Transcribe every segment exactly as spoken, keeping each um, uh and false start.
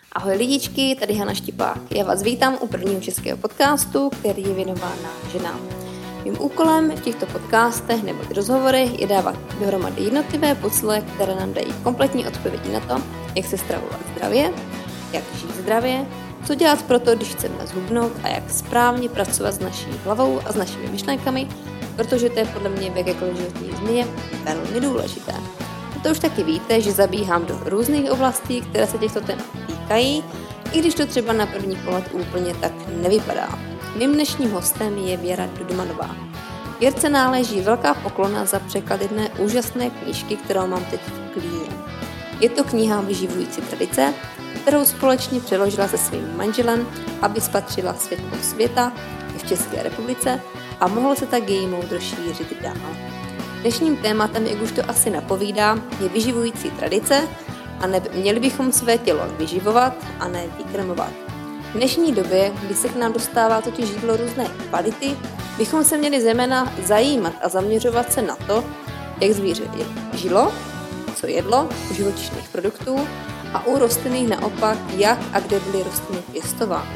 Ahoj lidičky, tady Hana Štipák. Já vás vítám u prvního českého podcastu, který je věnován ženám. Mým úkolem v těchto podcastech nebo rozhovorech je dávat dohromady jednotlivé puzzle, které nám dají kompletní odpovědi na to, jak se stravovat zdravě, jak žít zdravě, co dělat pro to, když chceme zhubnout a jak správně pracovat s naší hlavou a s našimi myšlenkami, protože to je podle mě v jakékoliv životní změně velmi důležité. To už taky víte, že zabíhám do různých oblastí, které se těchto témat týkají, i když to třeba na první pohled úplně tak nevypadá. Mým dnešním hostem je Věra Dudmanová. Věrce náleží velká poklona za překlad jedné úžasné knížky, kterou mám teď v klíně. Je to kniha Vyživující tradice, kterou společně přeložila se svým manželem, aby spatřila světlo světa v České republice a mohlo se tak její moudro šířit dál. Dnešním tématem, jak už to asi napovídá, je vyživující tradice a ne, měli bychom své tělo vyživovat a ne vykrmovat. V dnešní době, kdy se k nám dostává totiž jídlo různé kvality, bychom se měli zejména zajímat a zaměřovat se na to, jak zvíře žilo, co jedlo u živočišných produktů a u rostlinných naopak, jak a kde byly rostliny pěstovány.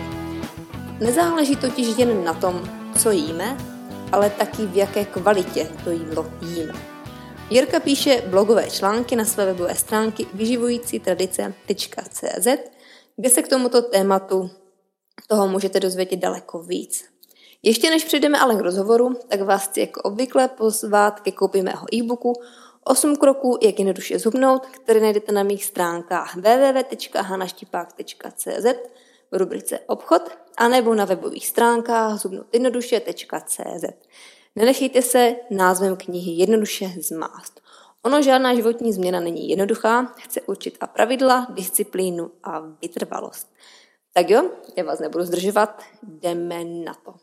Nezáleží totiž jen na tom, co jíme, ale taky v jaké kvalitě to jídlo jíme. Jirka píše blogové články na své webové stránky vyživující tradice tečka cé zet, kde se k tomuto tématu toho můžete dozvědět daleko víc. Ještě než přejdeme ale k rozhovoru, tak vás chci jako obvykle pozvat ke koupi mého e-booku osm kroků, jak jednoduše zhubnout, který najdete na mých stránkách w w w tečka hanaštipák tečka cé zet v rubrice obchod anebo na webových stránkách zhubnoutjednoduše tečka cé zet. Nenechejte se názvem knihy jednoduše zmást. Ono žádná životní změna není jednoduchá, chce určitá pravidla, disciplínu a vytrvalost. Tak jo, já vás nebudu zdržovat, jdeme na to.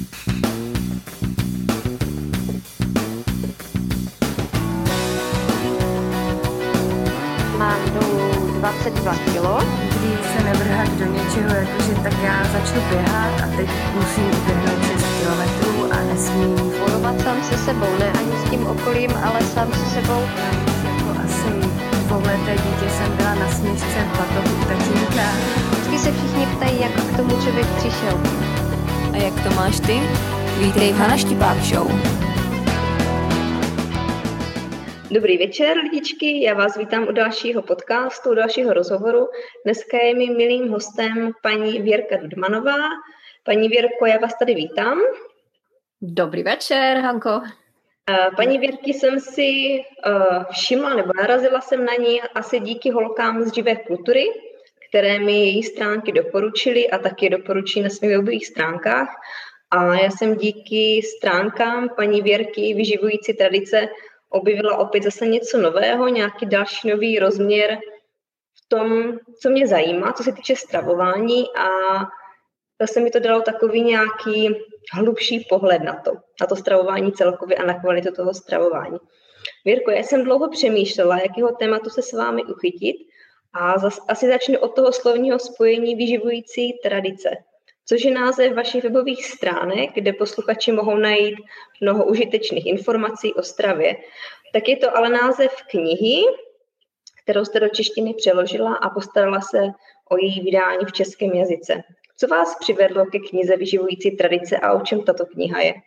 Mám dolů dvacet dva kilo. Nikdy se nevrhat do něčeho, jakože tak já začnu běhat a teď musím uběhnout šest kilometrů a nesmím Bojovat sám se sebou, ne ani s tím okolím, ale sám se sebou. Jako asi dvouleté dítě jsem byla na směšce v batohu tatínka. Vždycky se všichni ptají, jak k tomu člověk přišel. A jak to máš ty? Vítej v Hana Štipák Show. Dobrý večer, lidičky, já vás vítám u dalšího podcastu, u dalšího rozhovoru. Dneska je mým milým hostem paní Věrka Dudmanová. Paní Věrko, já vás tady vítám. Dobrý večer, Hanko. Paní Věrky jsem si všimla, nebo narazila jsem na ní asi díky holkám z živé kultury, které mi její stránky doporučily a taky doporučí na svých webových stránkách. A já jsem díky stránkám paní Věrky Vyživující tradice objevila opět zase něco nového, nějaký další nový rozměr v tom, co mě zajímá, co se týče stravování a zase mi to dalo takový nějaký hlubší pohled na to, na to stravování celkově a na kvalitu toho stravování. Věrko, já jsem dlouho přemýšlela, jakého tématu se s vámi uchytit a zas, asi začnu od toho slovního spojení vyživující tradice, což je název vašich webových stránek, kde posluchači mohou najít mnoho užitečných informací o stravě. Tak je to ale název knihy, kterou jste do češtiny přeložila a postarala se o její vydání v českém jazyce. Co vás přivedlo ke knize Vyživující tradice a o čem tato kniha je?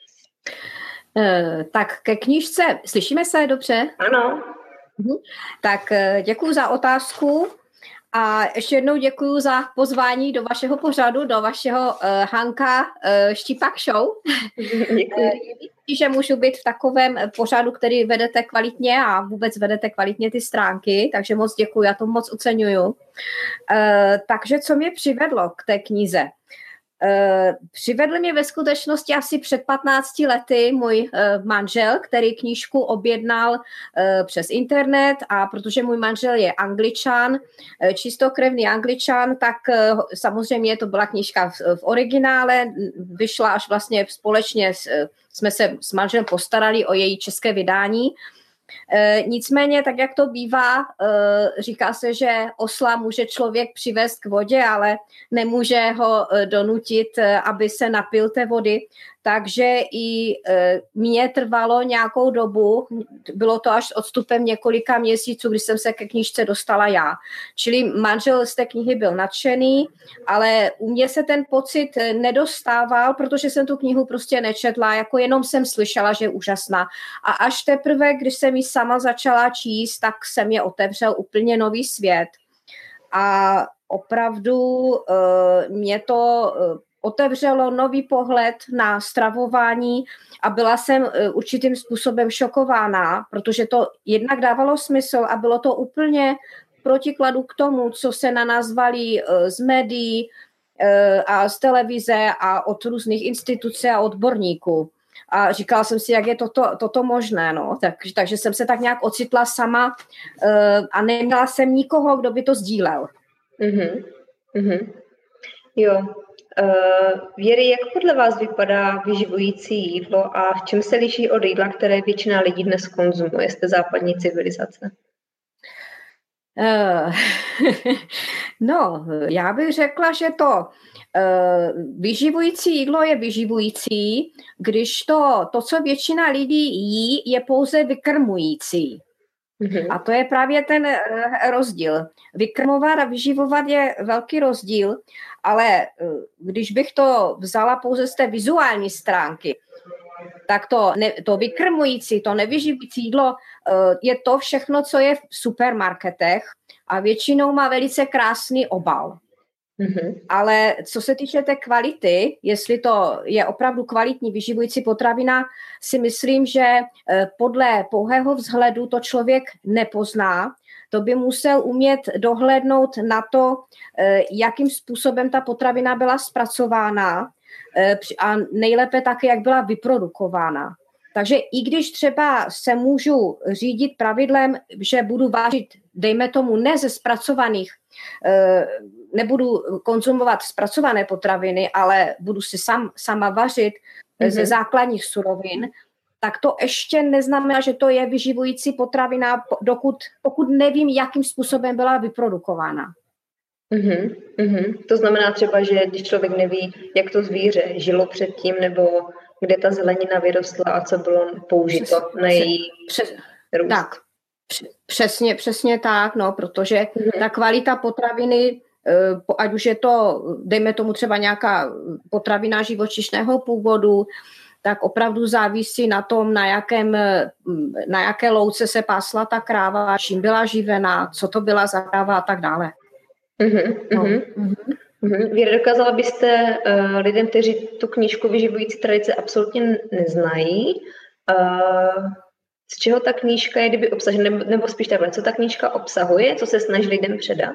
E, tak ke knížce, slyšíme se dobře? Ano. Mhm. Tak děkuji za otázku. A ještě jednou děkuji za pozvání do vašeho pořadu, do vašeho uh, Hanka uh, Štipák Show. Děkuji. Je, že můžu být v takovém pořadu, který vedete kvalitně a vůbec vedete kvalitně ty stránky, takže moc děkuji, já to moc oceňuju. Uh, takže co mě přivedlo k té knize? Uh, přivedl mě ve skutečnosti asi před patnácti lety můj uh, manžel, který knížku objednal uh, přes internet a protože můj manžel je Angličan, uh, čistokrevný Angličan, tak uh, samozřejmě to byla knížka v, v originále, vyšla až vlastně společně, s, uh, jsme se s manželem postarali o její české vydání. E, nicméně, tak jak to bývá, e, říká se, že osla může člověk přivést k vodě, ale nemůže ho e, donutit, e, aby se napil té vody. takže i mě trvalo nějakou dobu, bylo to až s odstupem několika měsíců, když jsem se ke knížce dostala já. Čili manžel z té knihy byl nadšený, ale u mě se ten pocit nedostával, protože jsem tu knihu prostě nečetla, jako jenom jsem slyšela, že je úžasná. A až teprve, když jsem ji sama začala číst, tak se mě otevřel úplně nový svět. A opravdu mě to otevřelo nový pohled na stravování a byla jsem určitým způsobem šokována, protože to jednak dávalo smysl a bylo to úplně protikladu k tomu, co se na nás valí z médií a z televize a od různých institucí a odborníků. A říkala jsem si, jak je toto, toto možné. No. Tak, takže jsem se tak nějak ocitla sama a neměla jsem nikoho, kdo by to sdílel. Mm-hmm. Mm-hmm. Jo. Uh, Věry, jak podle vás vypadá vyživující jídlo a v čem se liší od jídla, které většina lidí dnes konzumuje z té západní civilizace? Uh, no, já bych řekla, že to uh, vyživující jídlo je vyživující, když to, to, co většina lidí jí, je pouze vykrmující. A to je právě ten rozdíl. Vykrmovat a vyživovat je velký rozdíl, ale když bych to vzala pouze z té vizuální stránky, tak to, ne, to vykrmující, to nevyživující jídlo je to všechno, co je v supermarketech a většinou má velice krásný obal. Mm-hmm. Ale co se týče té kvality, jestli to je opravdu kvalitní vyživující potravina, si myslím, že podle pouhého vzhledu to člověk nepozná. To by musel umět dohlédnout na to, jakým způsobem ta potravina byla zpracována a nejlépe také, jak byla vyprodukována. Takže i když třeba se můžu řídit pravidlem, že budu vážit, dejme tomu, ne ze zpracovaných, nebudu konzumovat zpracované potraviny, ale budu si sam, sama vařit mm-hmm. ze základních surovin, tak to ještě neznamená, že to je vyživující potravina, dokud, pokud nevím, jakým způsobem byla vyprodukována. Mm-hmm. Mm-hmm. To znamená třeba, že když člověk neví, jak to zvíře žilo předtím, nebo kde ta zelenina vyrostla a co bylo použito přes, na její přes, růst. Tak, přesně, přesně tak, no, protože mm-hmm. ta kvalita potraviny, ať už je to, dejme tomu třeba nějaká potravina živočišného původu, tak opravdu závisí na tom, na, jakém, na jaké louce se pásla ta kráva, čím byla živená, co to byla za kráva a tak dále. Mm-hmm. No. Mm-hmm. Mm-hmm. Věra, dokázala byste uh, lidem, kteří tu knížku Vyživující tradice absolutně neznají, uh, z čeho ta knížka je, kdyby obsažena, nebo, nebo spíš takhle, co ta knížka obsahuje, co se snaží lidem předat?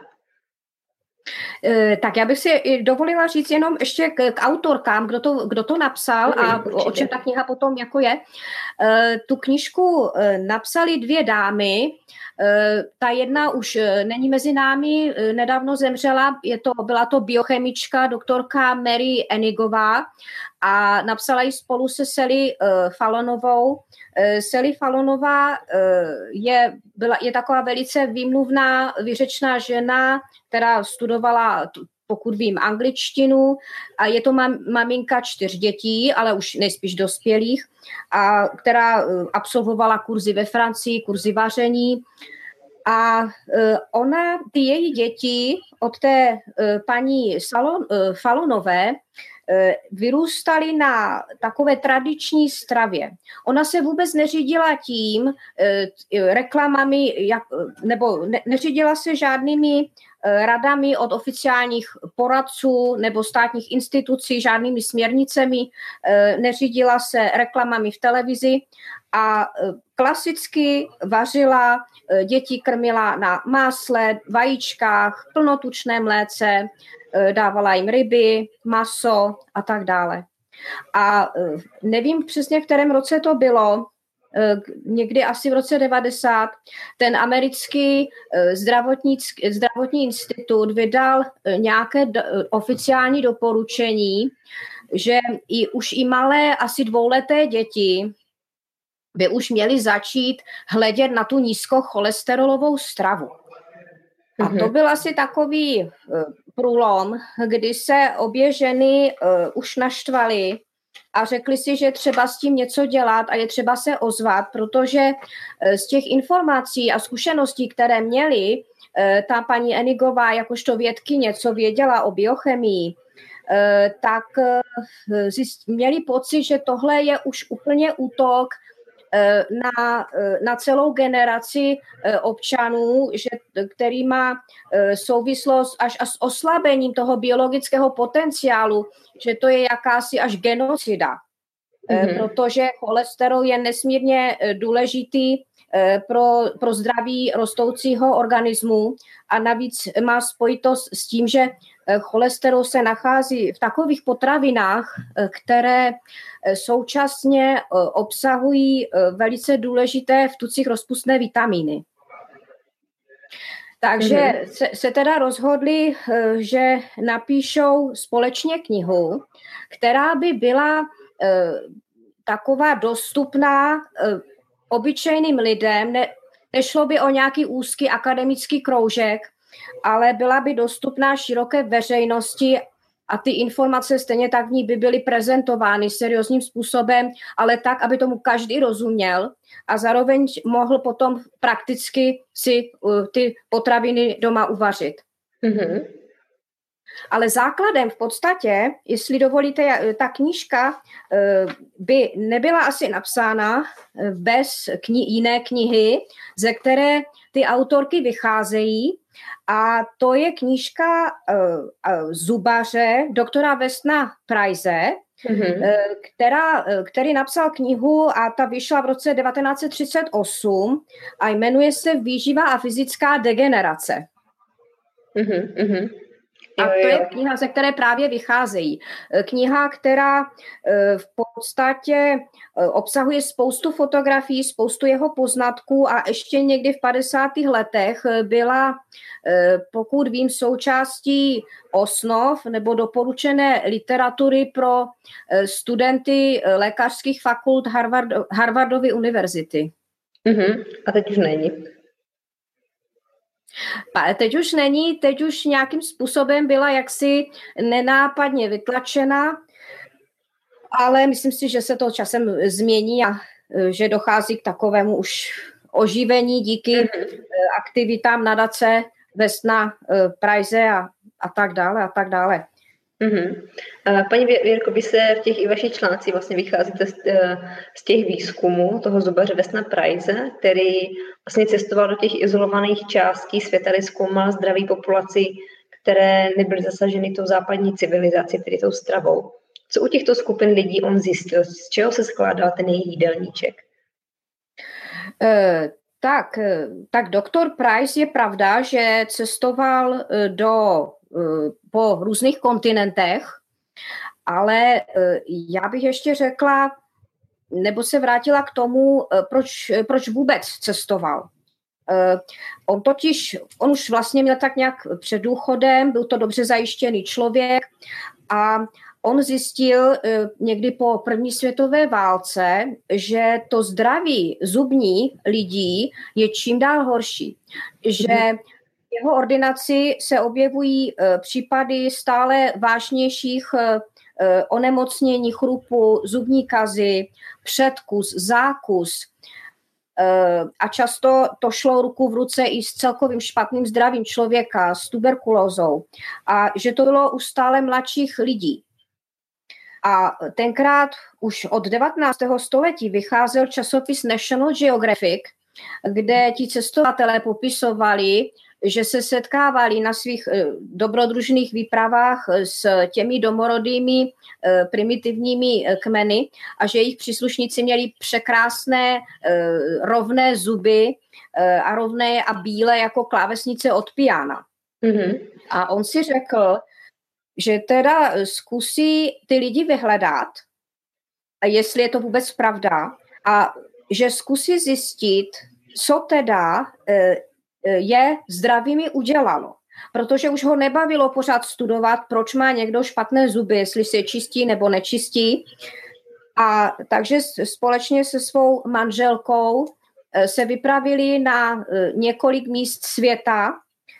Tak já bych si dovolila říct jenom ještě k, k autorkám, kdo to, kdo to napsal mm, a určitě. O čem ta kniha potom jako je. Tu knížku napsali dvě dámy, ta jedna už není mezi námi, nedávno zemřela, je to, byla to biochemička doktorka Mary Enigová a napsala ji spolu se Sally Fallonovou. Sally Fallonová je, byla, je taková velice výmluvná, vyřečná žena, která studovala, pokud vím, angličtinu a je to mam, maminka čtyř dětí, ale už nejspíš dospělých, a která absolvovala kurzy ve Francii, kurzy vaření. A ona, ty její děti od té paní Salon, Fallonové vyrůstaly na takové tradiční stravě. Ona se vůbec neřídila tím reklamami, jak, nebo ne, neřídila se žádnými radami od oficiálních poradců nebo státních institucí, žádnými směrnicemi, neřídila se reklamami v televizi a klasicky vařila, děti krmila na másle, vajíčkách, plnotučné mléce, dávala jim ryby, maso a tak dále. A nevím přesně, v kterém roce to bylo, někdy asi v roce devadesát, ten americký zdravotní institut vydal nějaké oficiální doporučení, že i, už i malé, asi dvouleté děti by už měly začít hledět na tu nízkocholesterolovou stravu. A to byl asi takový průlom, kdy se obě ženy uh, už naštvaly, a řekli si, že třeba s tím něco dělat a je třeba se ozvat, protože z těch informací a zkušeností, které měli, ta paní Enigová jakožto vědkyně, co věděla o biochemii, tak měli pocit, že tohle je už úplně útok na, na celou generaci občanů, že, který má souvislost až, až s oslabením toho biologického potenciálu, že to je jakási až genocida, mm-hmm. protože cholesterol je nesmírně důležitý pro, pro zdraví rostoucího organismu a navíc má spojitost s tím, že cholesterol se nachází v takových potravinách, které současně obsahují velice důležité v tucích rozpustné vitamíny. Takže mm-hmm. se, se teda rozhodli, že napíšou společně knihu, která by byla taková dostupná obyčejným lidem, ne, nešlo by o nějaký úzký akademický kroužek, ale byla by dostupná široké veřejnosti a ty informace stejně tak v ní by byly prezentovány seriózním způsobem, ale tak, aby tomu každý rozuměl a zároveň mohl potom prakticky si uh, ty potraviny doma uvařit. Mm-hmm. Ale základem v podstatě, jestli dovolíte, ta knížka uh, by nebyla asi napsána bez kni- jiné knihy, ze které ty autorky vycházejí. A to je knížka uh, uh, zubaře, doktora Westona Price, mm-hmm. uh, která, uh, který napsal knihu a ta vyšla v roce devatenáct set třicet osm a jmenuje se Výživa a fyzická degenerace. Mm-hmm. A to je kniha, ze které právě vycházejí. Kniha, která v podstatě obsahuje spoustu fotografií, spoustu jeho poznatků a ještě někdy v padesátých letech byla, pokud vím, součástí osnov nebo doporučené literatury pro studenty lékařských fakult Harvard, Harvardovy univerzity. Uh-huh. A teď už není. Teď už není, teď už nějakým způsobem byla jaksi nenápadně vytlačena, ale myslím si, že se to časem změní a že dochází k takovému už oživení díky mm-hmm. aktivitám nadace Westona Price a, a tak dále a tak dále. Mm-hmm. Paní Věrko, vy se v těch i vašich článcích vlastně vycházíte z, z těch výzkumů toho zubaře Westona Price, který vlastně cestoval do těch izolovaných částí světa, kde zkoumal zdraví populaci, které nebyly zasaženy tou západní civilizací, tedy tou stravou. Co u těchto skupin lidí on zjistil? Z čeho se skládal ten jejich jídelníček? Uh, tak, tak doktor Price je pravda, že cestoval do po různých kontinentech, ale já bych ještě řekla, nebo se vrátila k tomu, proč, proč vůbec cestoval. On totiž, on už vlastně měl tak nějak před důchodem, byl to dobře zajištěný člověk a on zjistil někdy po první světové válce, že to zdraví zubní lidí je čím dál horší, že mm-hmm. jeho ordinaci se objevují uh, případy stále vážnějších uh, onemocnění chrupu, zubní kazy, předkus, zákus uh, a často to šlo ruku v ruce i s celkovým špatným zdravím člověka, s tuberkulózou a že to bylo u stále mladších lidí. A tenkrát už od devatenáctého století vycházel časopis National Geographic, kde ti cestovatelé popisovali, že se setkávali na svých dobrodružných výpravách s těmi domorodými primitivními kmeny a že jejich příslušníci měli překrásné rovné zuby a rovné a bílé jako klávesnice od piana. Mm-hmm. A on si řekl, že teda zkusí ty lidi vyhledat, jestli je to vůbec pravda, a že zkusí zjistit, co teda je zdravými udělalo. Protože už ho nebavilo pořád studovat, proč má někdo špatné zuby, jestli si je čistí nebo nečistí. A takže společně se svou manželkou se vypravili na několik míst světa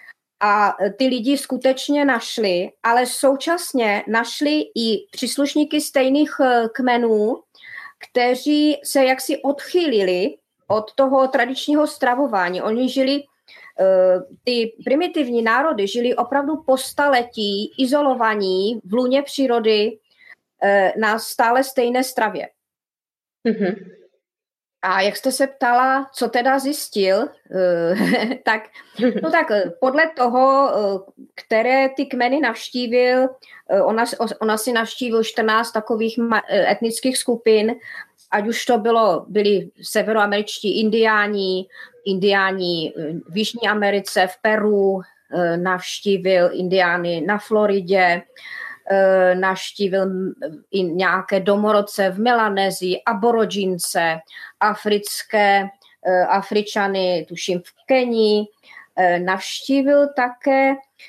A ty lidi skutečně našli, ale současně našli i příslušníky stejných kmenů, kteří se jaksi odchýlili od toho tradičního stravování. Oni žili, ty primitivní národy žili opravdu po staletí izolovaní v lůně přírody na stále stejné stravě. Mm-hmm. A jak jste se ptala, co teda zjistil, tak, no tak podle toho, které ty kmeny navštívil, ona, ona si navštívil čtrnáct takových etnických skupin, ať už to bylo, byli severoameričtí indiáni, indiáni v Jižní Americe, v Peru, navštívil indiány na Floridě, navštívil i nějaké domorodce v Melanésii, Aborigínce, africké, Afričany, tuším v Kenii, navštívil také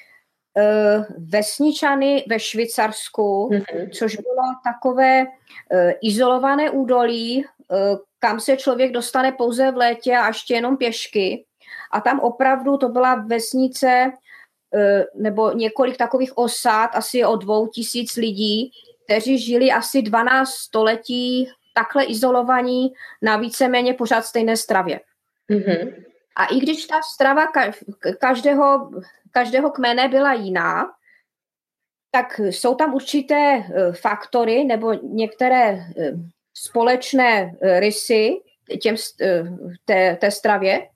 vesničany ve Švýcarsku, mm-hmm. což bylo takové izolované údolí, kam se člověk dostane pouze v létě a ještě jenom pěšky. A tam opravdu to byla vesnice nebo několik takových osád, asi o dvou tisíc lidí, kteří žili asi dvanáct století takhle izolovaní na víceméně pořád stejné stravě. Mm-hmm. A i když ta strava každého, každého kmene byla jiná, tak jsou tam určité faktory nebo některé společné rysy těm, té, té stravě,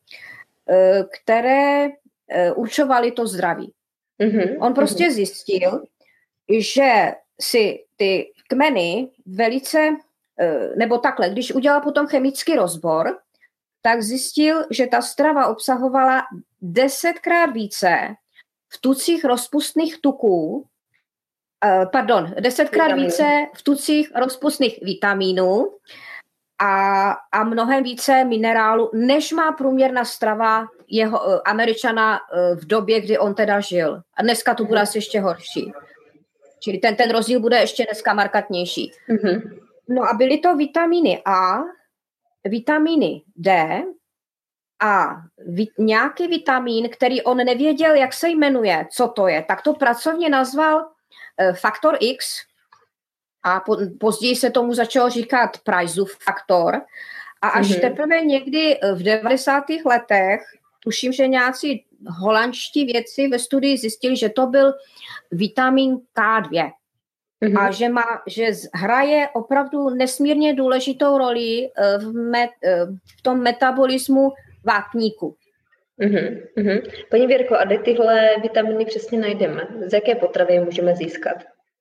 které určovali to zdraví. Mm-hmm. On prostě zjistil, že si ty kmeny velice, nebo takhle, když udělal potom chemický rozbor, tak zjistil, že ta strava obsahovala desetkrát více v tucích rozpustných tuků, pardon, desetkrát Vitamín. více v tucích rozpustných vitamínů a, a mnohem více minerálu, než má průměrná strava jeho Američana v době, kdy on teda žil. A dneska to bude asi ještě horší. Čili ten, ten rozdíl bude ještě dneska markantnější. Mm-hmm. No a byly to vitamíny A, vitamíny D a vi, nějaký vitamín, který on nevěděl, jak se jmenuje, co to je, tak to pracovně nazval eh, faktor X a po, později se tomu začalo říkat Priceův faktor a až mm-hmm. teprve někdy v devadesátých letech, tuším, že nějací holandští vědci ve studii zjistili, že to byl vitamin K dva. Mm-hmm. A že, má, že hraje opravdu nesmírně důležitou roli v, met, v tom metabolismu vápníku. Mm-hmm. Mm-hmm. Paní Věrko, a kde tyhle vitaminy přesně najdeme? Z jaké potravy je můžeme získat?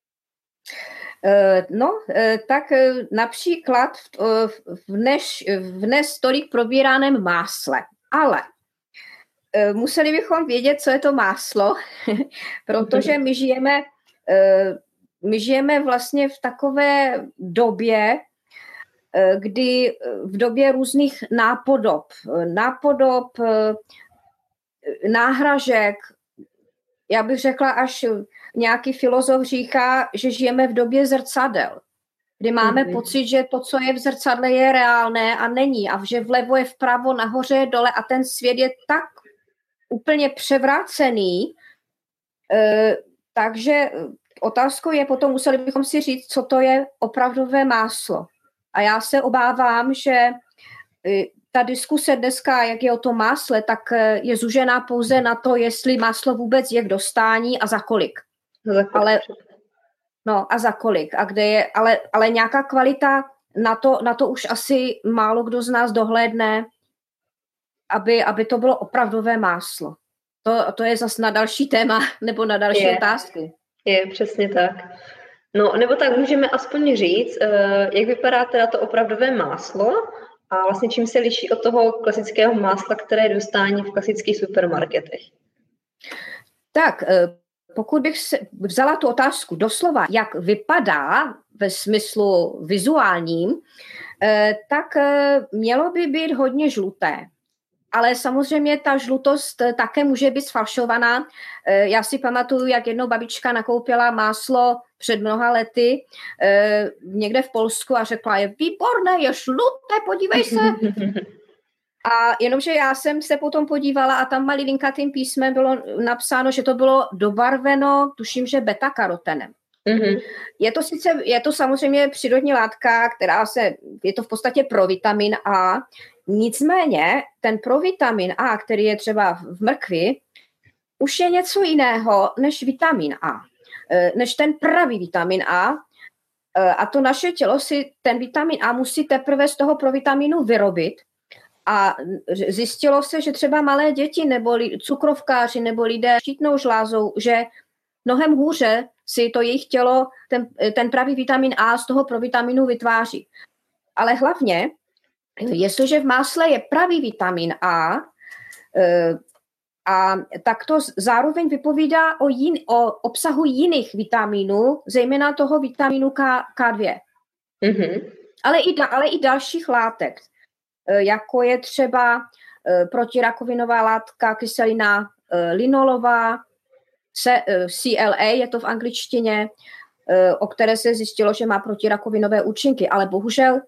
No, tak například v dnes, v dnes tolik probíraném másle. Ale museli bychom vědět, co je to máslo, protože my žijeme... My žijeme vlastně v takové době, kdy v době různých nápodob, nápodob, náhražek, já bych řekla, až nějaký filozof říká, že žijeme v době zrcadel, kdy máme mm-hmm. pocit, že to, co je v zrcadle, je reálné a není a že vlevo je vpravo, nahoře je dole a ten svět je tak úplně převrácený, takže otázkou je, potom museli bychom si říct, co to je opravdové máslo. A já se obávám, že ta diskuse dneska, jak je o tom másle, tak je zužená pouze na to, jestli máslo vůbec je k dostání a za kolik. Za kolik. Ale, no a za kolik. A kde je, ale, ale nějaká kvalita, na to, na to už asi málo kdo z nás dohlédne, aby, aby to bylo opravdové máslo. To, to je zase na další téma nebo na další je. otázky. Je, přesně tak. No, nebo tak můžeme aspoň říct, jak vypadá teda to opravdové máslo a vlastně čím se liší od toho klasického másla, které je dostání v klasických supermarketech. Tak, pokud bych se vzala tu otázku doslova, jak vypadá ve smyslu vizuálním, tak mělo by být hodně žluté. Ale samozřejmě ta žlutost také může být sfalšovaná. Já si pamatuju, jak jednou babička nakoupila máslo před mnoha lety někde v Polsku a řekla, je výborné, je žluté, podívej se. A jenomže já jsem se potom podívala a tam malilinkatým písmem bylo napsáno, že to bylo dobarveno, tuším, že beta-karotenem. Mm-hmm. Je to sice, je to samozřejmě přírodní látka, která se, je to v podstatě provitamin A, nicméně ten provitamin A, který je třeba v mrkvi, už je něco jiného než vitamin A, než ten pravý vitamin A. A to naše tělo si ten vitamin A musí teprve z toho provitaminu vyrobit. A zjistilo se, že třeba malé děti nebo cukrovkáři nebo lidé s štítnou žlázou, že mnohem hůře si to jejich tělo, ten, ten pravý vitamin A z toho provitaminu vytváří. Ale hlavně, jestliže v másle je pravý vitamin A, a tak to zároveň vypovídá o, jin, o obsahu jiných vitaminů, zejména toho vitaminu K, K2. Mm-hmm. Ale, i, ale i dalších látek, jako je třeba protirakovinová látka kyselina linolová, C L A, je to v angličtině, o které se zjistilo, že má protirakovinové účinky, ale bohužel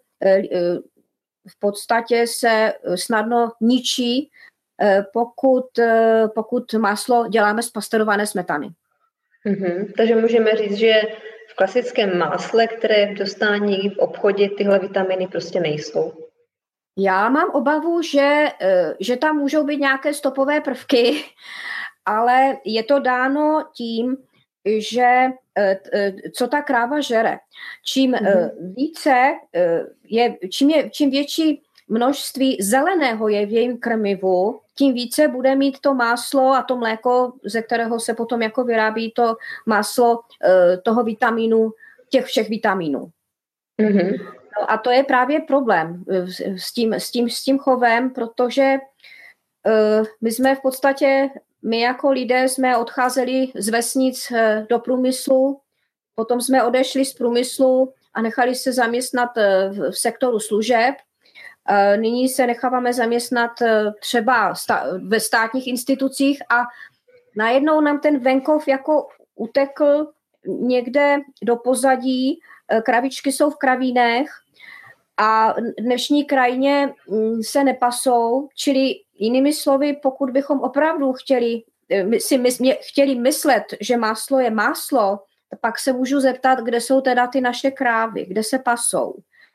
v podstatě se snadno ničí, pokud, pokud máslo děláme z pasteurizované smetany. Mm-hmm. Takže můžeme říct, že v klasickém másle, které je v dostání v obchodě, tyhle vitaminy prostě nejsou. Já mám obavu, že, že tam můžou být nějaké stopové prvky, ale je to dáno tím, že co ta kráva žere. Čím mm-hmm. více je, čím, je, čím větší množství zeleného je v jejím krmivu, tím více bude mít to máslo a to mléko, ze kterého se potom jako vyrábí to máslo toho vitamínu, těch všech vitamínů. Mm-hmm. No a to je právě problém s tím, s tím, s tím chovem, protože uh, my jsme v podstatě, my jako lidé jsme odcházeli z vesnic uh, do průmyslu, potom jsme odešli z průmyslu a nechali se zaměstnat uh, v sektoru služeb. Uh, nyní se necháváme zaměstnat uh, třeba sta- ve státních institucích a najednou nám ten venkov jako utekl někde do pozadí, kravičky jsou v kravínech a v dnešní krajině se nepasou, čili jinými slovy, pokud bychom opravdu chtěli, si my, chtěli myslet, že máslo je máslo, pak se můžu zeptat, kde jsou teda ty naše krávy, kde se pasou.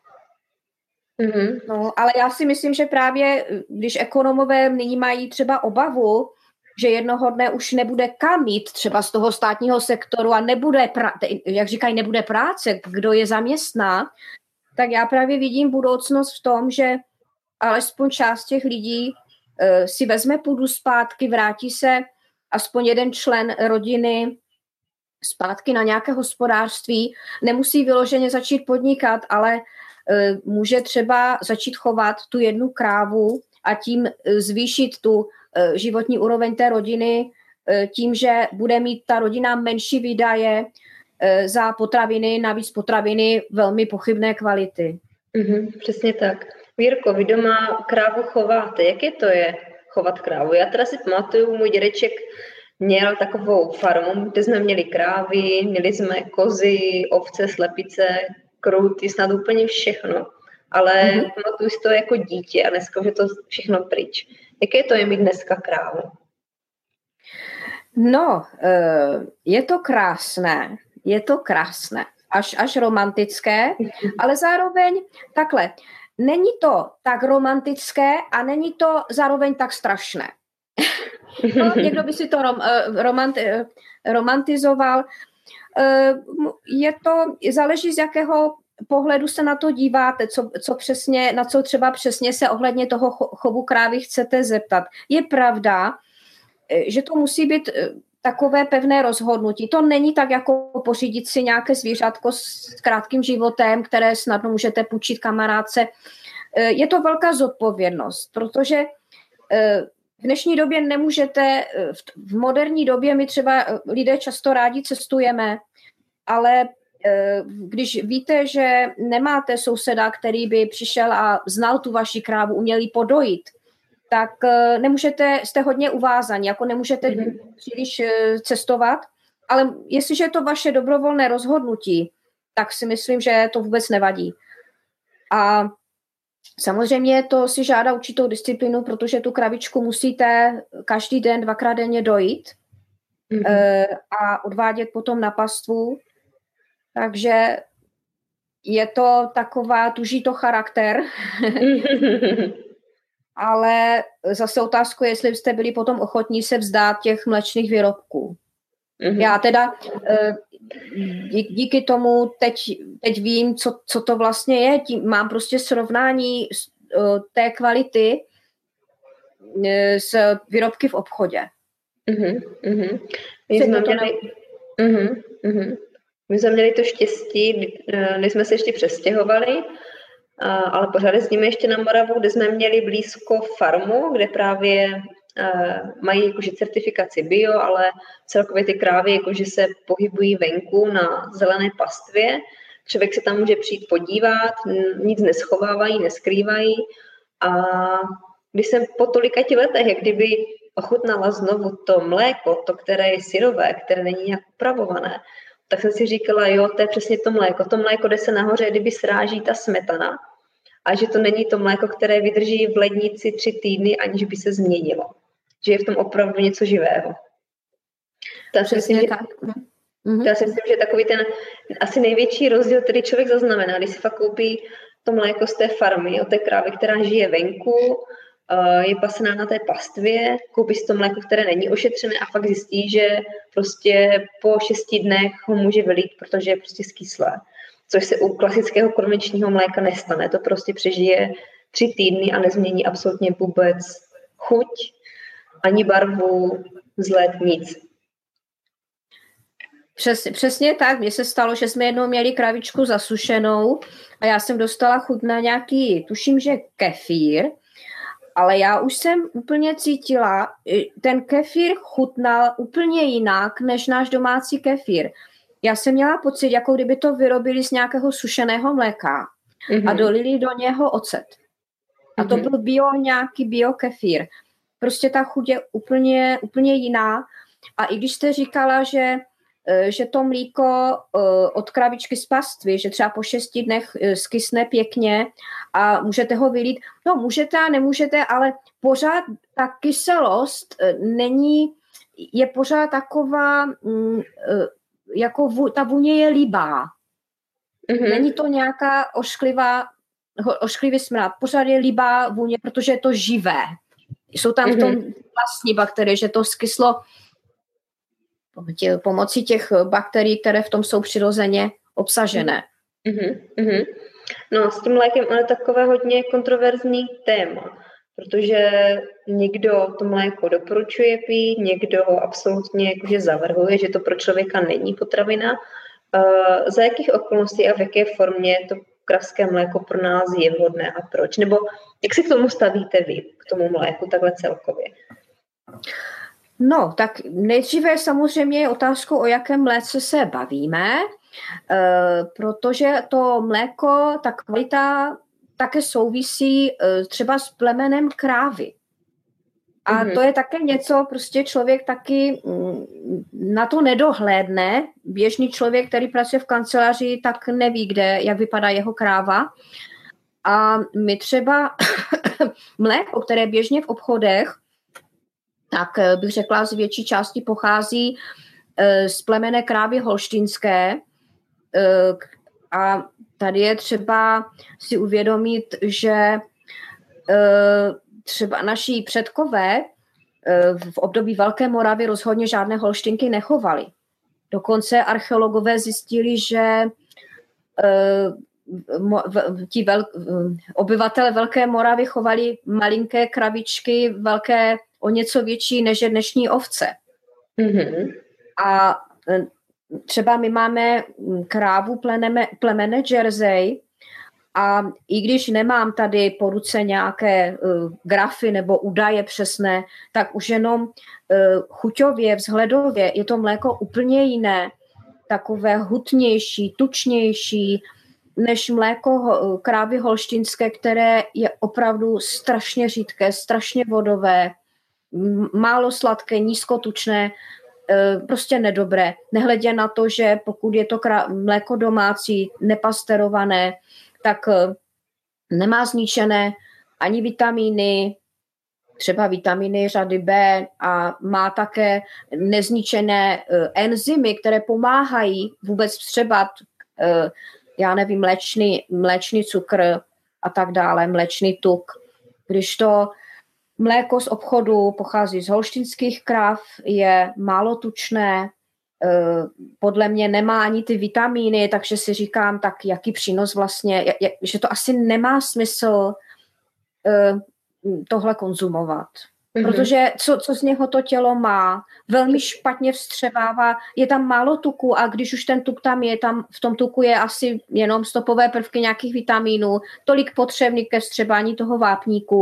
Mm-hmm. No, ale já si myslím, že právě, když ekonomové nyní mají třeba obavu, že jednoho dne už nebude kam mít třeba z toho státního sektoru a nebude, prá- jak říkají, nebude práce, kdo je zaměstná, tak já právě vidím budoucnost v tom, že alespoň část těch lidí uh, si vezme půdu zpátky, vrátí se aspoň jeden člen rodiny zpátky na nějaké hospodářství, nemusí vyloženě začít podnikat, ale uh, může třeba začít chovat tu jednu krávu a tím uh, zvýšit tu životní úroveň té rodiny tím, že bude mít ta rodina menší výdaje za potraviny, navíc potraviny velmi pochybné kvality. Mm-hmm, přesně tak. Vírko, vy doma krávu chováte. Jaké to je chovat krávu? Já teda si pamatuju, můj dědeček měl takovou farmu, kde jsme měli krávy, měli jsme kozy, ovce, slepice, krouty, snad úplně všechno. Ale mm-hmm. pamatuju si to jako dítě a dneska už je to všechno pryč. Jaké to je mít dneska krávu? No, je to krásné, je to krásné, až, až romantické, ale zároveň takhle, není to tak romantické a není to zároveň tak strašné. No, někdo by si to rom, romanti, romantizoval. Je to, záleží z jakého pohledu se na to díváte, co, co přesně, na co třeba přesně se ohledně toho chovu krávy chcete zeptat. Je pravda, že to musí být takové pevné rozhodnutí. To není tak, jako pořídit si nějaké zvířátko s krátkým životem, které snadno můžete půjčit kamarádce. Je to velká zodpovědnost, protože v dnešní době nemůžete, v moderní době my třeba lidé často rádi cestujeme, ale když víte, že nemáte souseda, který by přišel a znal tu vaši krávu, uměl ji podojit, tak nemůžete, jste hodně uvázaní, jako nemůžete mm-hmm. příliš cestovat, ale jestliže je to vaše dobrovolné rozhodnutí, tak si myslím, že to vůbec nevadí. A Samozřejmě to si žádá určitou disciplínu, protože tu kravičku musíte každý den, dvakrát denně dojít mm-hmm. a odvádět potom na pastvu. Takže je to taková, tuží to charakter. Ale zase otázku je, jestli jste byli potom ochotní se vzdát těch mléčných výrobků. Mm-hmm. Já teda díky tomu teď, teď vím, co, co to vlastně je. Tím mám prostě srovnání té kvality s výrobky v obchodě. Mm-hmm. Mm-hmm. My, jsme měli, ne... mm-hmm. Mm-hmm. My jsme měli to štěstí, když jsme se ještě přestěhovali, ale pořád jezdíme ještě na Moravu, kde jsme měli blízko farmu, kde právě uh, mají jakože certifikaci bio, ale celkově ty krávy jakože se pohybují venku na zelené pastvě. Člověk se tam může přijít podívat, nic neschovávají, neskrývají. A když jsem po tolika těch letech, jak kdyby ochutnala znovu to mléko, to, které je syrové, které není nějak upravované, tak jsem si říkala, jo, to je přesně to mléko. To mléko, kde se nahoře kdyby sráží ta smetana a že to není to mléko, které vydrží v lednici tři týdny, aniž by se změnilo. Že je v tom opravdu něco živého. To si myslím, že, to si myslím, že je takový ten asi největší rozdíl, který člověk zaznamená, když si fakt koupí to mléko z té farmy, od té krávy, která žije venku, je pasená na té pastvě, koupí si to mléko, které není ošetřené a fakt zjistí, že prostě po šesti dnech ho může vylít, protože je prostě skyslé. Což se u klasického konvenčního mléka nestane. To prostě přežije tři týdny a nezmění absolutně vůbec chuť, ani barvu, vzhled, nic. Přes, přesně tak. Mně se stalo, že jsme jednou měli kravičku zasušenou a já jsem dostala chuť na nějaký, tuším, že kefír, ale já už jsem úplně cítila, ten kefír chutnal úplně jinak než náš domácí kefír. Já jsem měla pocit, jako kdyby to vyrobili z nějakého sušeného mléka mm-hmm. a dolili do něho ocet. A to mm-hmm. byl bio, nějaký bio kefír. Prostě ta chuť je úplně, úplně jiná. A i když jste říkala, že, že to mlíko od kravičky z pastvy, že třeba po šesti dnech skysne pěkně a můžete ho vylít, no můžete a nemůžete, ale pořád ta kyselost není, je pořád taková, jako vů, ta vůně je líbá. Mm-hmm. Není to nějaká ošklivá, ošklivý smrad, pořád je líbá vůně, protože je to živé. Jsou tam mm-hmm. v tom vlastní bakterie, že to skyslo pomocí těch bakterií, které v tom jsou přirozeně obsažené. Mm-hmm. Mm-hmm. No s tím lékem ale takové hodně kontroverzní téma, protože někdo to mléko doporučuje pít, někdo absolutně jakože zavrhuje, že to pro člověka není potravina. Uh, za jakých okolností a v jaké formě to kravské mléko pro nás je vhodné a proč? Nebo jak se k tomu stavíte vy, k tomu mléku takhle celkově? No, tak nejdříve samozřejmě je otázkou, o jakém mléce se bavíme, uh, protože to mléko, ta kvalita také souvisí uh, třeba s plemenem krávy. A mm-hmm. to je také něco, prostě člověk taky mm, na to nedohlédne. Běžný člověk, který pracuje v kanceláři, tak neví, kde, jak vypadá jeho kráva. A my třeba mléko, které běžně v obchodech, tak bych řekla, z větší části pochází z plemene krávy holštínské. A tady je třeba si uvědomit, že třeba naši předkové v období Velké Moravy rozhodně žádné holštinky nechovali. Dokonce archeologové zjistili, že ti vel, obyvatele Velké Moravy chovali malinké kravičky, velké, o něco větší než je dnešní ovce. Mm-hmm. A třeba my máme krávu plemene, plemene Jersey a i když nemám tady po ruce nějaké uh, grafy nebo údaje přesné, tak už jenom uh, chuťově, vzhledově je to mléko úplně jiné, takové hutnější, tučnější, než mléko krávy holštinské, které je opravdu strašně řídké, strašně vodové, málo sladké, nízkotučné, prostě nedobré. Nehledě na to, že pokud je to mléko domácí, nepasterované, tak nemá zničené ani vitamíny, třeba vitamíny řady B a má také nezničené enzymy, které pomáhají vůbec vstřebat, já nevím, mléčný, mléčný cukr a tak dále, mléčný tuk. Když to mléko z obchodu pochází z holštinských krav, je málo tučné, podle mě nemá ani ty vitamíny, takže si říkám, tak jaký přínos vlastně, že to asi nemá smysl tohle konzumovat. Mm-hmm. Protože co, co z něho to tělo má, velmi špatně vstřebává, je tam málo tuku a když už ten tuk tam je, tam v tom tuku je asi jenom stopové prvky nějakých vitamínů, tolik potřebných ke vstřebání toho vápníku.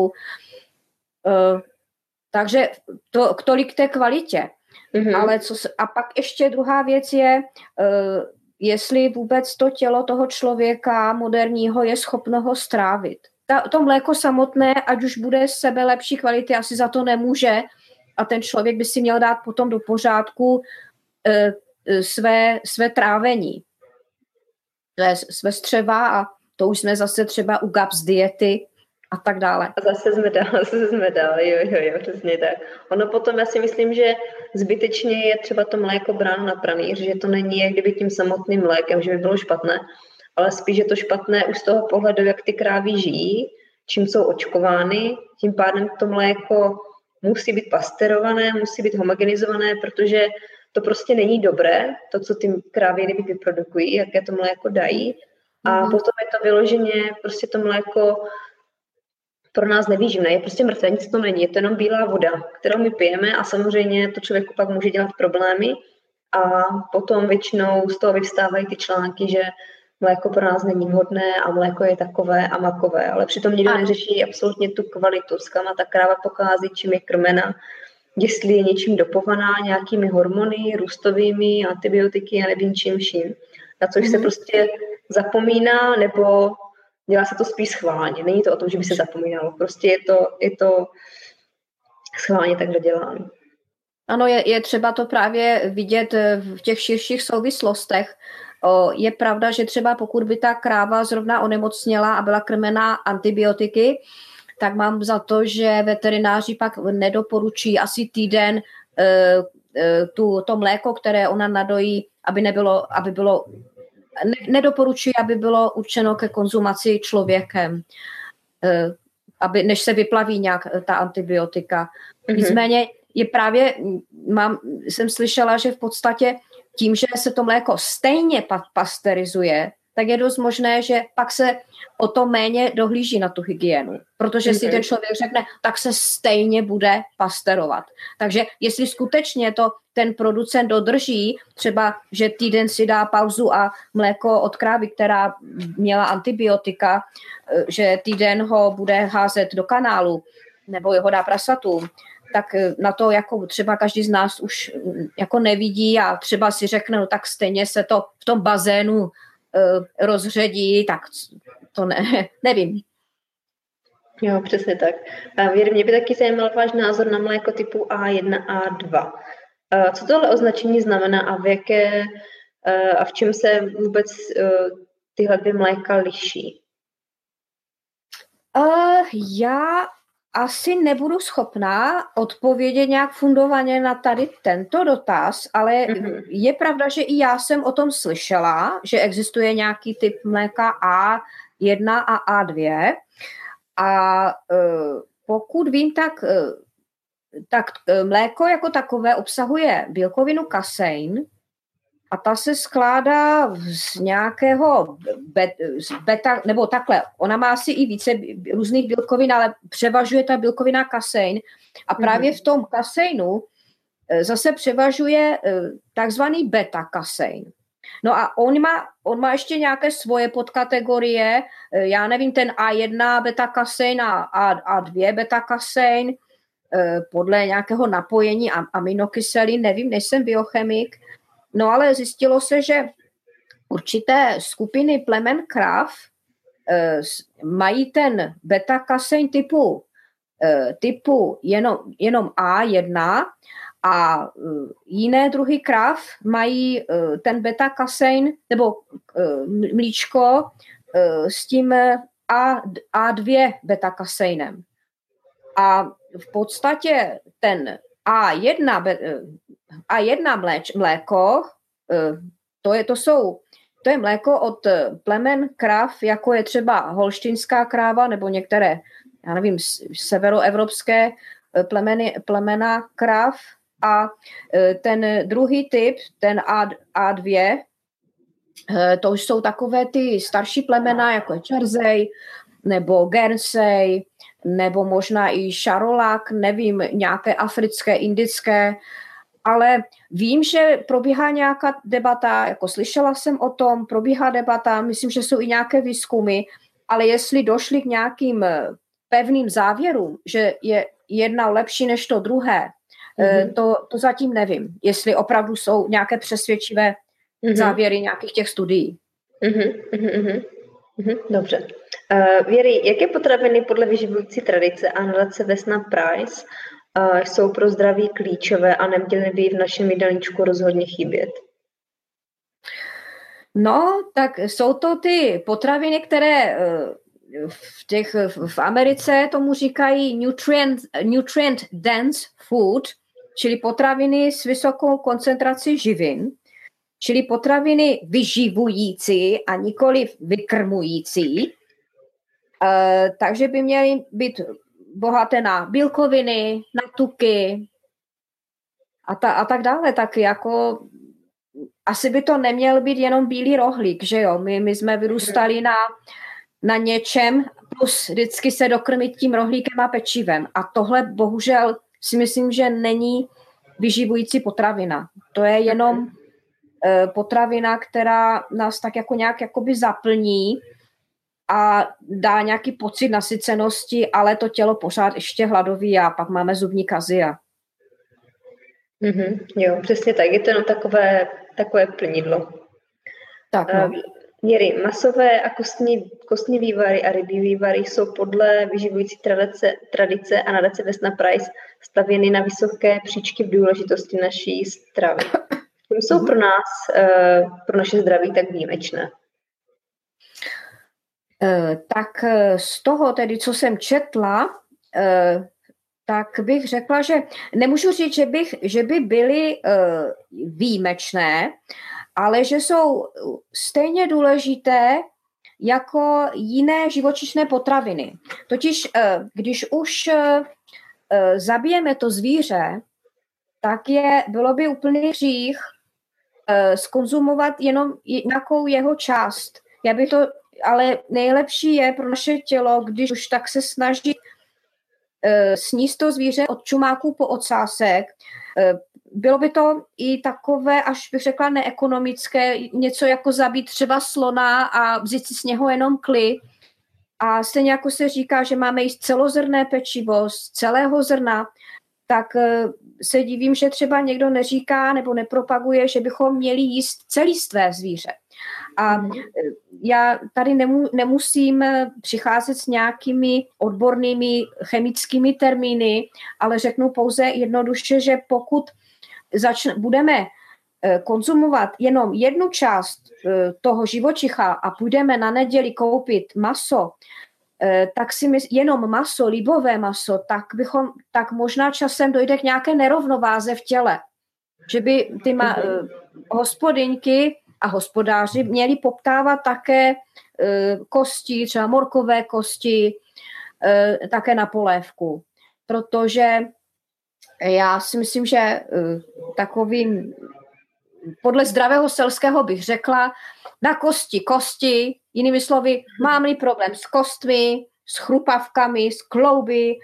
Uh, takže to, tolik té kvalitě. Mm-hmm. Ale co se, a pak ještě druhá věc je, uh, jestli vůbec to tělo toho člověka moderního je schopno ho strávit. Ta, to mléko samotné, ať už bude sebe lepší kvality, asi za to nemůže a ten člověk by si měl dát potom do pořádku e, e, své, své trávení, své, své střeva a to už jsme zase třeba u G A P S diety a tak dále. A zase jsme dál, zase jsme dál, jo, jo, jo, přesně tak. Ono potom, já si myslím, že zbytečně je třeba to mléko bráno na pranýř, že to není jak kdyby tím samotným mlékem, že by bylo špatné, ale spíš je to špatné už z toho pohledu, jak ty krávy žijí, čím jsou očkovány, tím pádem to mléko musí být pasteurované, musí být homogenizované, protože to prostě není dobré, to, co ty krávy kdyby vyprodukují, jaké to mléko dají. A mm-hmm. potom je to vyloženě, prostě to mléko pro nás nevýživné, je prostě mrtvé, nic to není, je to jenom bílá voda, kterou my pijeme a samozřejmě to člověku pak může dělat problémy a potom většinou z toho vyvstávají ty články, že mléko pro nás není vhodné a mléko je takové a makové, ale přitom nikdo neřeší absolutně tu kvalitu, z kam ta kráva pochází, čím je krmena, jestli je něčím dopovaná, nějakými hormony, růstovými, antibiotiky a nevím čím vším, na což mm-hmm. se prostě zapomíná, nebo dělá se to spíš schválně. Není to o tom, že by se zapomínalo, prostě je to, je to schválně takhle děláno. Ano, je, je třeba to právě vidět v těch širších souvislostech. O, je pravda, že třeba pokud by ta kráva zrovna onemocněla a byla krmená antibiotiky, tak mám za to, že veterináři pak nedoporučí asi týden e, e, tu, to mléko, které ona nadojí, aby nebylo, aby bylo, ne, nedoporučují, aby bylo určeno ke konzumaci člověkem, e, aby, než se vyplaví nějak ta antibiotika. Mm-hmm. Nicméně je právě, mám, jsem slyšela, že v podstatě tím, že se to mléko stejně pa- pasterizuje, tak je dost možné, že pak se o to méně dohlíží na tu hygienu. Protože mm-hmm. si ten člověk řekne, tak se stejně bude pasterovat. Takže jestli skutečně to ten producent dodrží, třeba, že týden si dá pauzu a mléko od krávy, která měla antibiotika, že týden ho bude házet do kanálu nebo ho dá prasatům, tak na to jako třeba každý z nás už jako nevidí a třeba si řekne, no tak stejně se to v tom bazénu uh, rozředí, tak to ne, nevím. Jo, přesně tak. Věr, mě by taky zajímal váš názor na mléko typu A jedna a dva. Uh, co tohle označení znamená a v jaké uh, a v čem se vůbec uh, tyhle dvě mléka liší? Uh, já asi nebudu schopná odpovědět nějak fundovaně na tady tento dotaz, ale mm-hmm. je pravda, že i já jsem o tom slyšela, že existuje nějaký typ mléka A jedna a A dva a uh, pokud vím, tak, uh, tak uh, mléko jako takové obsahuje bílkovinu kasein a ta se skládá z nějakého bet, z beta, nebo takhle, ona má asi i více různých bílkovin, ale převažuje ta bílkovina kasein a právě v tom kaseinu zase převažuje takzvaný beta-kasein. No a on má, on má ještě nějaké svoje podkategorie, já nevím, ten A jedna beta-kasein a A dva beta-kasein, podle nějakého napojení aminokyselin, nevím, nejsem biochemik. No ale zjistilo se, že určité skupiny plemen krav e, mají ten beta-kasein typu, e, typu jenom, jenom A jedna a e, jiné druhy krav mají e, ten beta-kasein nebo e, mlíčko e, s tím á dva beta-kaseinem. A v podstatě ten á jedna, á jedna mléč, mléko, to, je, to, jsou, to je mléko od plemen krav, jako je třeba holštinská kráva nebo některé, já nevím, severoevropské plemeny, plemena krav. A ten druhý typ, ten á dva, to už jsou takové ty starší plemena, jako je Jersey, nebo Guernsey, nebo možná i Charolak, nevím, nějaké africké, indické, ale vím, že probíhá nějaká debata, jako slyšela jsem o tom, probíhá debata, myslím, že jsou i nějaké výzkumy, ale jestli došli k nějakým pevným závěrům, že je jedna lepší než to druhé, mm-hmm. to, to zatím nevím, jestli opravdu jsou nějaké přesvědčivé mm-hmm. závěry nějakých těch studií. Mm-hmm. Mm-hmm. Mm-hmm. Dobře. Uh, Věry, jaké potraviny podle vyživující tradice a nadace Vesna Price uh, jsou pro zdraví klíčové a neměly by v našem jídelníčku rozhodně chybět? No, tak jsou to ty potraviny, které uh, v, těch, v Americe tomu říkají nutrient, nutrient dense food, čili potraviny s vysokou koncentrací živin, čili potraviny vyživující a nikoli vykrmující. Uh, takže by měly být bohaté na bílkoviny, na tuky a, ta, a tak dále. Tak jako asi by to neměl být jenom bílý rohlík, že jo? My, my jsme vyrůstali na, na něčem, plus vždycky se dokrmit tím rohlíkem a pečivem. A tohle bohužel si myslím, že není vyživující potravina. To je jenom uh, potravina, která nás tak jako nějak jakoby zaplní a dá nějaký pocit nasycenosti, ale to tělo pořád ještě hladoví a pak máme zubní kazy. A... Mm-hmm, jo, přesně tak. Je to jenom takové, takové plnidlo. Tak, no. Věry, masové a kostní, kostní vývary a rybí vývary jsou podle vyživující tradice, tradice a nadace Vesna Price stavěny na vysoké příčky v důležitosti naší stravy. Které jsou pro nás, pro naše zdraví tak výjimečné. Tak z toho tedy, co jsem četla, tak bych řekla, že nemůžu říct, že, bych, že by byly výjimečné, ale že jsou stejně důležité jako jiné živočišné potraviny. Totiž, když už zabijeme to zvíře, tak je, bylo by úplný hřích zkonzumovat jenom nějakou jeho část. Já bych to Ale nejlepší je pro naše tělo, když už tak se snaží uh, sníst to zvíře od čumáků po ocásek. Uh, bylo by to i takové, až bych řekla, neekonomické, něco jako zabít třeba slona a vzít si z něho jenom kly. A stejně jako se říká, že máme jíst celozrnné pečivo z celého zrna, tak uh, se divím, že třeba někdo neříká nebo nepropaguje, že bychom měli jíst celistvé zvíře. A já tady nemu, nemusím přicházet s nějakými odbornými chemickými termíny, ale řeknu pouze jednoduše, že pokud začne, budeme konzumovat jenom jednu část toho živočicha a půjdeme na neděli koupit maso, tak si mysl, jenom maso, libové maso, tak, bychom, tak možná časem dojde k nějaké nerovnováze v těle. Že by ty ma, hospodyňky a hospodáři měli poptávat také e, kosti, třeba morkové kosti, e, také na polévku. Protože já si myslím, že e, takovým, podle zdravého selského bych řekla, na kosti, kosti, jinými slovy, mám-li problém s kostmi, s chrupavkami, s klouby,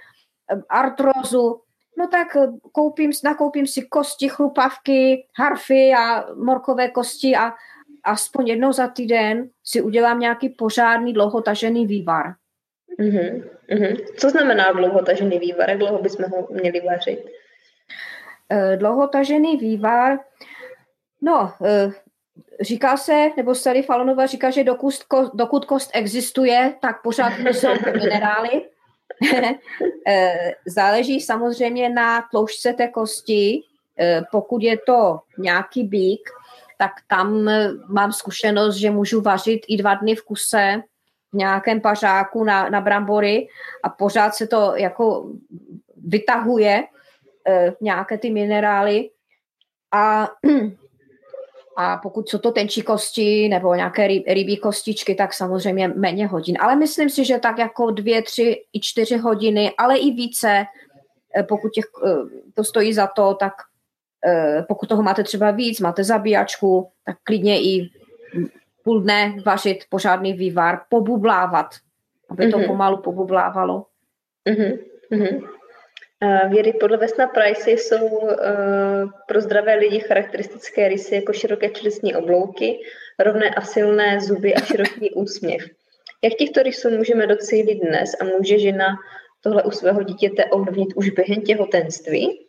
artrózu, no tak koupím, nakoupím si kosti, chrupavky, harfy a morkové kosti a aspoň jednou za týden si udělám nějaký pořádný dlouhotažený vývar. Mm-hmm, mm-hmm. Co znamená dlouhotažený vývar? Jak dlouho bychom ho měli vařit? E, dlouhotažený vývar, no, e, říká se, nebo Sally Fallonova říká, že dokud, ko, dokud kost existuje, tak pořád jsou minerály. Záleží samozřejmě na tloušťce té kosti. Pokud je to nějaký býk, tak tam mám zkušenost, že můžu vařit i dva dny v kuse v nějakém pařáku na, na brambory a pořád se to jako vytahuje e, nějaké ty minerály a, a pokud jsou to tenčí kosti nebo nějaké ryb, rybí kostičky, tak samozřejmě méně hodin. Ale myslím si, že tak jako dvě, tři i čtyři hodiny, ale i více, e, pokud těch, e, to stojí za to, tak e, pokud toho máte třeba víc, máte zabíjačku, tak klidně i půl dne vařit pořádný vývar, pobublávat, aby to mm-hmm. pomalu pobublávalo. Mm-hmm. Mm-hmm. Věry, podle Vesna Price jsou uh, pro zdravé lidi charakteristické rysy jako široké čelistní oblouky, rovné a silné zuby a široký úsměv. Jak těchto rysů můžeme docílit dnes a může žena tohle u svého dítěte ovlivnit už během těhotenství?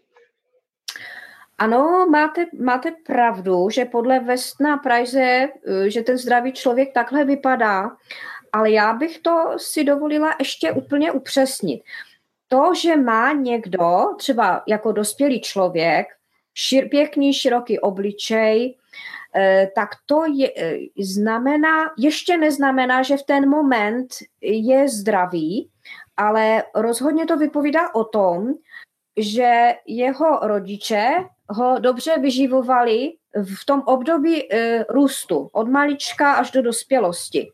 Ano, máte, máte pravdu, že podle Vesna Price, že ten zdravý člověk takhle vypadá, ale já bych to si dovolila ještě úplně upřesnit. To, že má někdo, třeba jako dospělý člověk, šir, pěkný, široký obličej, eh, tak to je, eh, znamená, ještě neznamená, že v ten moment je zdravý, ale rozhodně to vypovídá o tom, že jeho rodiče ho dobře vyživovali v tom období e, růstu, od malička až do dospělosti.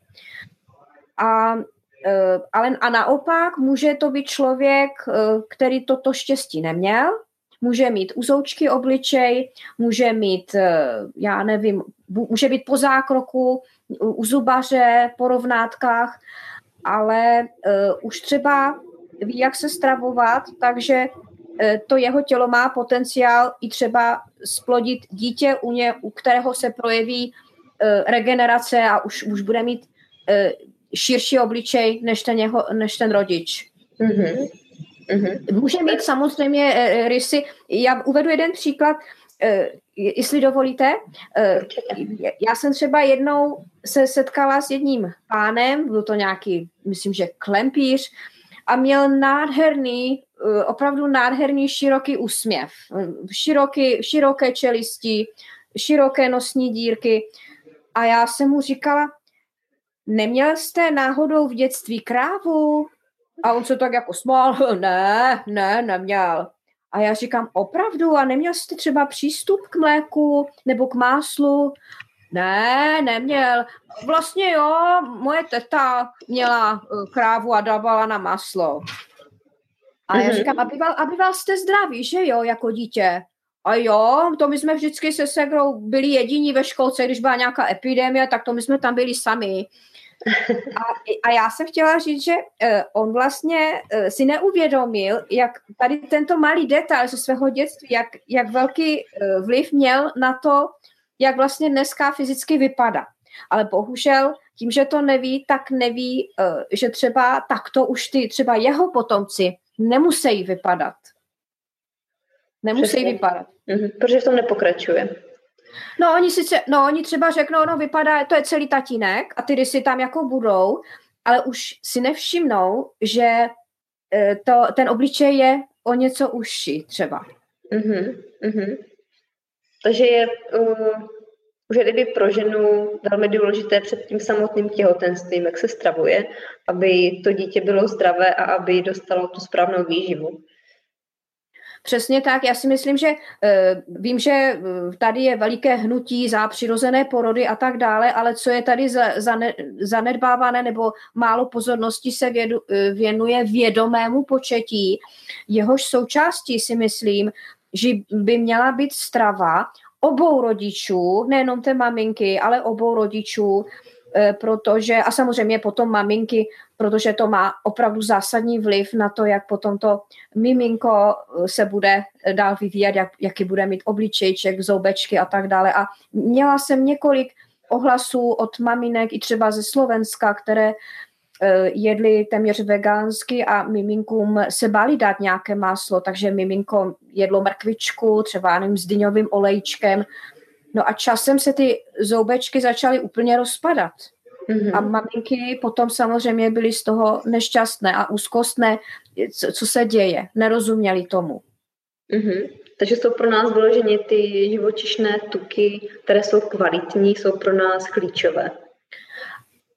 A, e, ale, a naopak může to být člověk, e, který toto štěstí neměl, může mít uzoučky obličej, může mít, e, já nevím, může být po zákroku, u zubaře, po rovnátkách, ale e, už třeba ví, jak se stravovat, takže to jeho tělo má potenciál i třeba splodit dítě, u, ně, u kterého se projeví uh, regenerace a už, už bude mít uh, širší obličej než ten, jeho, než ten rodič. Mm-hmm. Mm-hmm. Může mít samozřejmě uh, rysy. Já uvedu jeden příklad, uh, jestli dovolíte. Uh, já jsem třeba jednou se setkala s jedním pánem, byl to nějaký, myslím, že klempíř, a měl nádherný, opravdu nádherný široký úsměv. Široký, široké čelisti, široké nosní dírky. A já jsem mu říkala, neměl jste náhodou v dětství krávu? A on se tak jako smál, ne, ne, neměl. A já říkám, opravdu? A neměl jste třeba přístup k mléku nebo k máslu? Ne, neměl. Vlastně jo, moje teta měla krávu a dávala na maslo. A já říkám, a býval, a býval jste zdraví, že jo, jako dítě? A jo, to my jsme vždycky se segrou byli jediní ve školce, když byla nějaká epidemie, tak to my jsme tam byli sami. A, a já jsem chtěla říct, že uh, on vlastně uh, si neuvědomil, jak tady tento malý detail ze svého dětství, jak, jak velký uh, vliv měl na to, jak vlastně dneska fyzicky vypadá. Ale bohužel tím, že to neví, tak neví, uh, že třeba takto už ty, třeba jeho potomci nemusí vypadat. Nemusí Přesně. vypadat. Mhm, protože v tom nepokračuje. No oni, sice, no oni třeba řeknou, no vypadá, to je celý tatínek a ty rysy tam jako budou, ale už si nevšimnou, že to, ten obličej je o něco užší třeba. Mhm, mhm. Takže je uh, už je pro ženu velmi důležité před tím samotným těhotenstvím, jak se stravuje, aby to dítě bylo zdravé a aby dostalo tu správnou výživu. Přesně tak, já si myslím, že uh, vím, že tady je veliké hnutí za přirozené porody a tak dále, ale co je tady za, za ne, zanedbávané nebo málo pozornosti se vědu, věnuje vědomému početí, jehož součástí si myslím, že by měla být strava obou rodičů, nejenom té maminky, ale obou rodičů, protože, a samozřejmě potom maminky, protože to má opravdu zásadní vliv na to, jak potom to miminko se bude dál vyvíjet, jak, jaký bude mít obličejček, zoubečky a tak dále. A měla jsem několik ohlasů od maminek i třeba ze Slovenska, které jedli téměř vegánsky a miminkům se báli dát nějaké máslo, takže miminko jedlo mrkvičku, třeba nevím, s dyňovým olejčkem. No a časem se ty zoubečky začaly úplně rozpadat. Mm-hmm. A maminky potom samozřejmě byly z toho nešťastné a úzkostné, co, co se děje. Nerozuměli tomu. Mm-hmm. Takže jsou pro nás vyloženě ty živočišné tuky, které jsou kvalitní, jsou pro nás klíčové.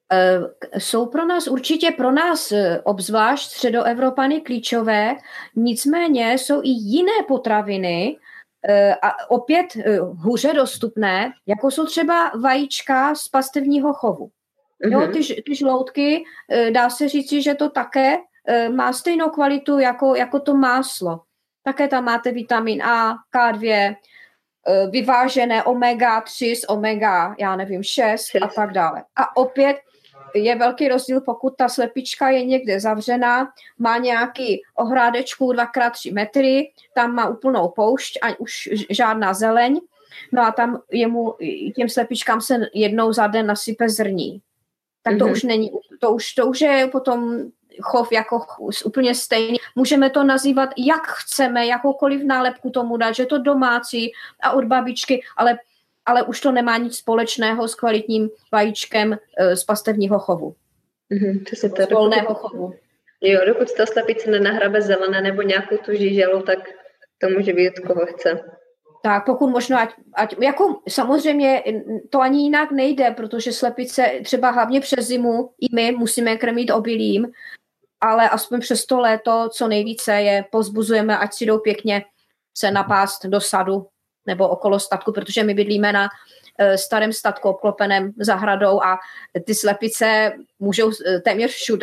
Jsou pro nás, určitě pro nás, obzvlášť Středoevropany klíčové, nicméně jsou i jiné potraviny, a opět hůře dostupné, jako jsou třeba vajíčka z pastevního chovu. Mm-hmm. Jo, ty, ty žloutky, dá se říci, že to také má stejnou kvalitu jako, jako to máslo. Také tam máte vitamin A, K dva, vyvážené omega tři s omega, já nevím, šest a tak dále. A opět je velký rozdíl, pokud ta slepička je někde zavřená, má nějaký ohrádečku dva krát tři metry, tam má úplnou poušť a už žádná zeleň, no a tam jemu, těm slepičkám se jednou za den nasype zrní. Tak to mm-hmm. už není, to už, to už je potom chov jako úplně stejný. Můžeme to nazývat, jak chceme, jakoukoliv nálepku tomu dát, že to domácí a od babičky, ale ale už to nemá nic společného s kvalitním vajíčkem z pastevního chovu. Mm-hmm, přesně to. Z volného chovu. Jo, dokud ta slepice nenahrabe zelené nebo nějakou tu žíželu, tak to může být od koho chce. Tak pokud možno, ať, ať, jako samozřejmě to ani jinak nejde, protože slepice třeba hlavně přes zimu i my musíme krmit obilím, ale aspoň přes to léto co nejvíce je povzbuzujeme, ať si jdou pěkně se napást do sadu nebo okolo statku, protože my bydlíme na uh, starém statku obklopeném zahradou a ty slepice můžou uh, téměř všude.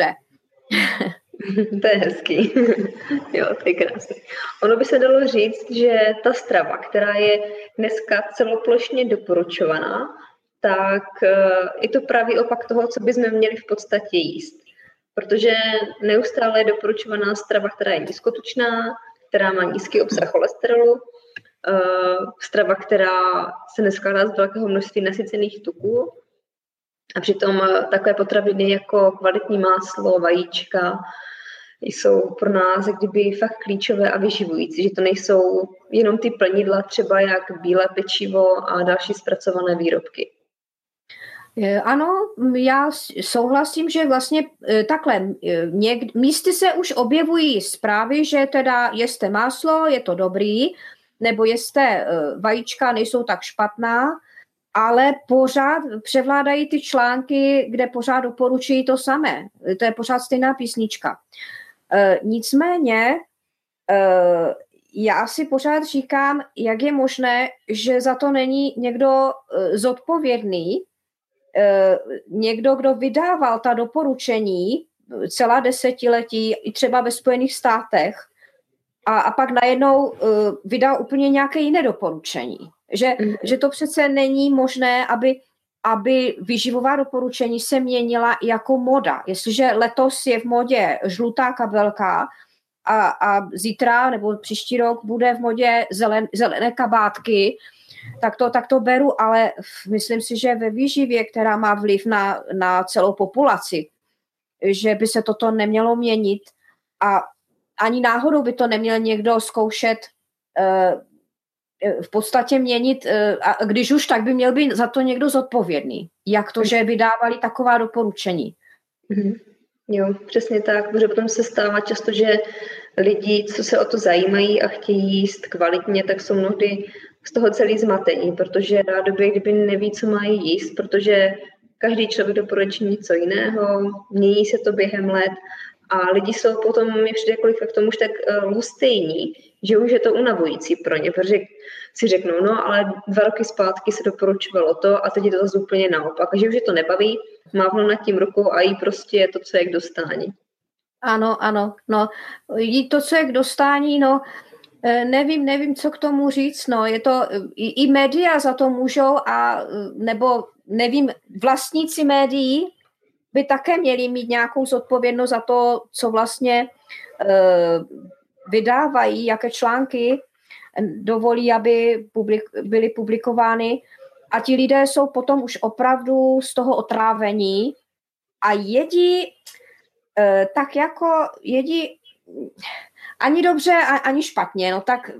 To je hezký. Jo, to je krásný. Ono by se dalo říct, že ta strava, která je dneska celoplošně doporučovaná, tak uh, je to pravý opak toho, co bychom měli v podstatě jíst. Protože neustále je doporučovaná strava, která je nízkotučná, která má nízký obsah cholesterolu, Uh, strava, která se neskládá z velkého množství nasycených tuků a přitom uh, takové potraviny jako kvalitní máslo, vajíčka jsou pro nás kdyby fakt klíčové a vyživující, že to nejsou jenom ty plnidla třeba jak bílé pečivo a další zpracované výrobky. Ano, já souhlasím, že vlastně takhle, něk, místy se už objevují zprávy, že teda jeste máslo, je to dobrý, nebo jeste vajíčka, nejsou tak špatná, ale pořád převládají ty články, kde pořád doporučují to samé. To je pořád stejná písnička. E, nicméně e, já si pořád říkám, jak je možné, že za to není někdo e, zodpovědný, e, někdo, kdo vydával ta doporučení celá desetiletí, i třeba ve Spojených státech, a, a pak najednou uh, vydal úplně nějaké jiné doporučení. Že, mm. že to přece není možné, aby, aby výživová doporučení se měnila jako moda. Jestliže letos je v modě žlutá kabelka a, a zítra nebo příští rok bude v modě zelen, zelené kabátky, tak to, tak to beru, ale myslím si, že ve výživě, která má vliv na, na celou populaci, že by se toto nemělo měnit a ani náhodou by to neměl někdo zkoušet uh, v podstatě měnit, uh, a když už, tak by měl být za to někdo zodpovědný. Jak to, že vydávali taková doporučení. Mm-hmm. Jo, přesně tak, protože potom se stává často, že lidi, co se o to zajímají a chtějí jíst kvalitně, tak jsou mnohdy z toho celý zmatení, protože rádoby, kdyby neví, co mají jíst, protože každý člověk doporučí něco jiného, mění se to během let a lidi jsou potom, mi přijde kolik k tomu už tak uh, lhostejní, že už je to unavující pro ně, protože si řeknou, no ale dva roky zpátky se doporučovalo to a teď je to zase úplně naopak. A že už je to nebaví, mávnou nad tím rukou a jí prostě je to, co je k dostání. Ano, ano, no, jí to, co je k dostání, no, nevím, nevím, co k tomu říct, no, je to, i, i média za to můžou a, nebo nevím, vlastníci médií by také měli mít nějakou zodpovědnost za to, co vlastně uh, vydávají, jaké články dovolí, aby publik, byly publikovány. A ti lidé jsou potom už opravdu z toho otrávení a jedí uh, tak jako jedí ani dobře, ani špatně. No tak,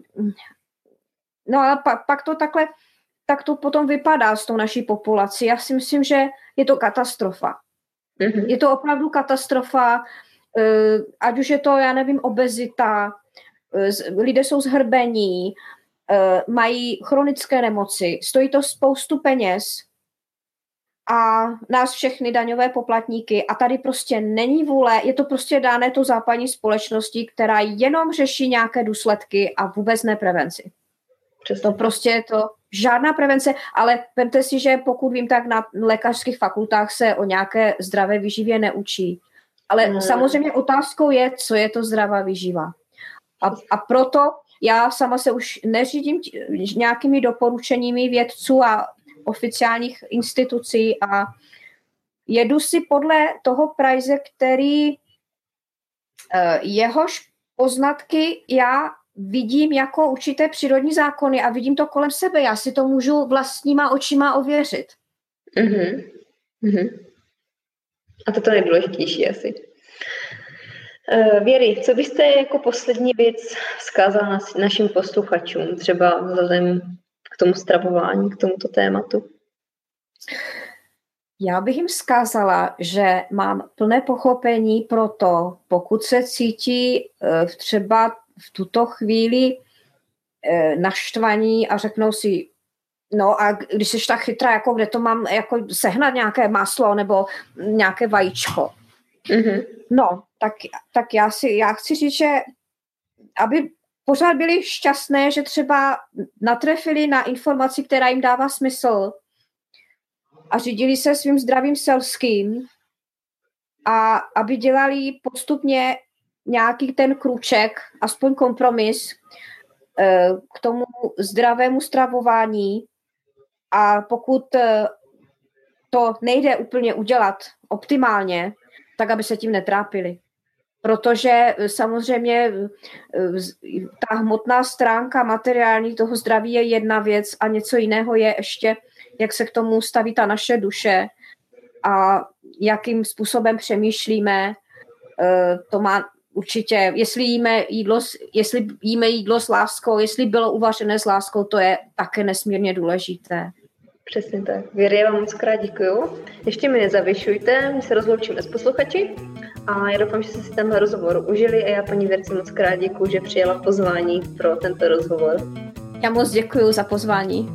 no ale pak, pak to takhle, tak to potom vypadá s tou naší populací. Já si myslím, že je to katastrofa. Mm-hmm. Je to opravdu katastrofa, ať už je to, já nevím, obezita, lidé jsou zhrbení, mají chronické nemoci, stojí to spoustu peněz a nás všechny daňové poplatníky a tady prostě není vůle, je to prostě dáné to západní společnosti, která jenom řeší nějaké důsledky a vůbec ne prevenci. Přesně. To prostě je to žádná prevence, ale vemte si, že pokud vím, tak na lékařských fakultách se o nějaké zdravé výživě neučí. Ale hmm. samozřejmě otázkou je, co je to zdravá výživa. A, a proto já sama se už neřídím nějakými doporučeními vědců a oficiálních institucí a jedu si podle toho Price, který jehož poznatky já vidím jako určité přírodní zákony a vidím to kolem sebe. Já si to můžu vlastníma očima ověřit. Mm-hmm. Mm-hmm. A to to nejdůležitější asi. Uh, Věry, co byste jako poslední věc vzkázala našim posluchačům, třeba vzhledem k tomu stravování, k tomuto tématu? Já bych jim vzkázala, že mám plné pochopení pro to, pokud se cítí uh, třeba v tuto chvíli uh, naštvaní a řeknou si, no a když jsi tak chytrá, jako kde to mám jako sehnat nějaké máslo nebo nějaké vajíčko. Mm-hmm. No, tak, tak já, si, já chci říct, že aby pořád byli šťastné, že třeba natrefili na informaci, která jim dává smysl a řídili se svým zdravým selským a aby dělali postupně nějaký ten krůček, aspoň kompromis k tomu zdravému stravování a pokud to nejde úplně udělat optimálně, tak aby se tím netrápili. Protože samozřejmě ta hmotná stránka materiální toho zdraví je jedna věc a něco jiného je ještě, jak se k tomu staví ta naše duše a jakým způsobem přemýšlíme. To má určitě, jestli jíme jídlo, jestli jíme jídlo s láskou, jestli bylo uvařené s láskou, to je také nesmírně důležité. Přesně tak. Věry, já vám moc krát děkuju. Ještě mi nezavěšujte, my se rozloučíme s posluchači a já doufám, že jste si tenhle rozhovor užili a já paní Věrce moc krát děkuju, že přijela pozvání pro tento rozhovor. Já moc děkuju za pozvání.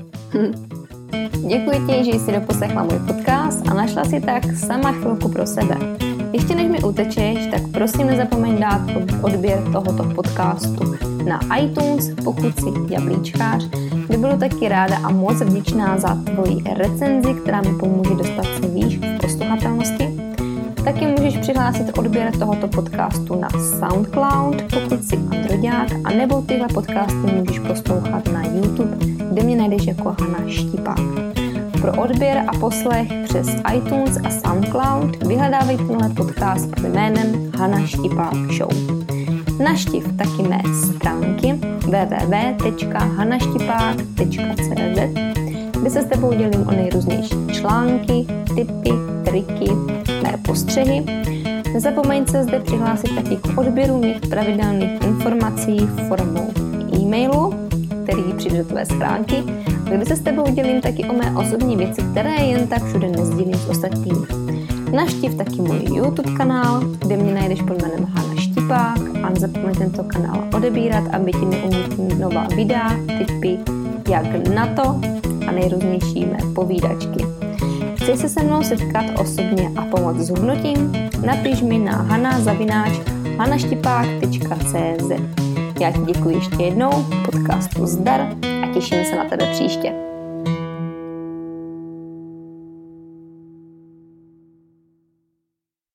Děkuji ti, že jsi doposlechla můj podcast a našla si tak sama chvilku pro sebe. Ještě než mi utečeš, tak prosím nezapomeň dát odběr tohoto podcastu na iTunes, pokud jsi jablíčkář, by bylo taky ráda a moc vděčná za tvoji recenzi, která mi pomůže dostat se výš v posluchatelnosti. Taky můžeš přihlásit odběr tohoto podcastu na SoundCloud, pokud jsi androďák, a nebo tyhle podcasty můžeš poslouchat na YouTube, kde mě najdeš jako Hana Štipák. Pro odběr a poslech přes iTunes a SoundCloud vyhledávej tenhle podcast pod jménem Hana Štipák Show. Navštiv taky mé stránky w w w tečka hanaštipák tečka c z, kde se s tebou dělím o nejrůznější články, tipy, triky, mé postřehy. Nezapomeň se zde přihlásit taky k odběru mých pravidelných informací formou e-mailu, který přijde do tvé schránky, kde se s tebou dělím taky o mé osobní věci, které jen tak všude nesdílím s ostatními. Navštiv taky můj YouTube kanál, kde mě najdeš pod jménem Hana Štipák a nezapomeň tento kanál odebírat, aby ti neunikly nová videa, tipy, jak na to a nejrůznější mé povídačky. Chceš se se mnou setkat osobně a pomoct s hodnotím? Napiš mi na hana zavináč hanaštipák tečka c z. Já ti děkuji ještě jednou, podcastu zdar a těším se na tebe příště.